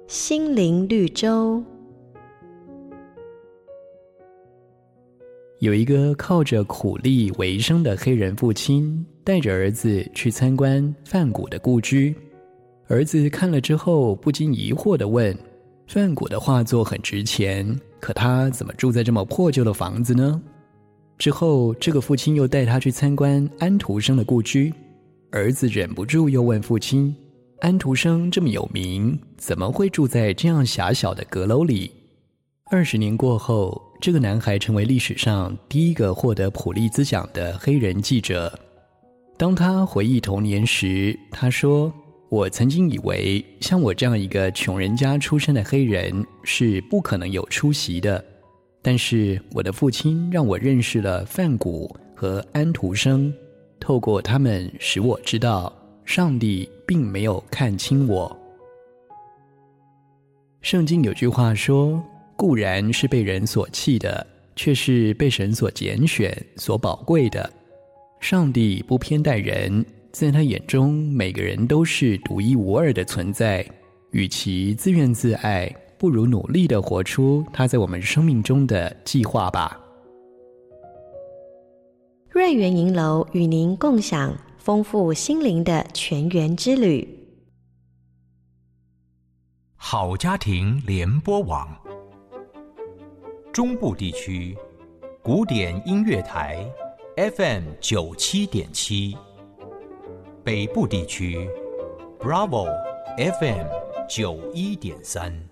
心灵绿洲。 有一个靠着苦力为生的黑人父亲，带着儿子去参观梵谷的故居。儿子看了之后，不禁疑惑地问：梵谷的画作很值钱，可他怎么住在这么破旧的房子呢？之后，这个父亲又带他去参观安徒生的故居。儿子忍不住又问父亲：安徒生这么有名，怎么会住在这样狭小的阁楼里？20年过后，这个男孩成为历史上第一个获得普利兹奖的黑人记者。当他回忆童年时，他说：我曾经以为像我这样一个穷人家出身的黑人是不可能有出息的，但是我的父亲让我认识了梵谷和安徒生，透过他们使我知道上帝并没有看轻我。圣经有句话说，固然是被人所弃的，却是被神所拣选、所宝贵的。上帝不偏待人，在他眼中每个人都是独一无二的存在，与其自怨自艾，不如努力地活出他在我们生命中的计划吧。 瑞园银楼与您共享丰富心灵的全员之旅。 好家庭联播网，中部地区古典音乐台 FM97.7， 北部地区 Bravo FM91.3。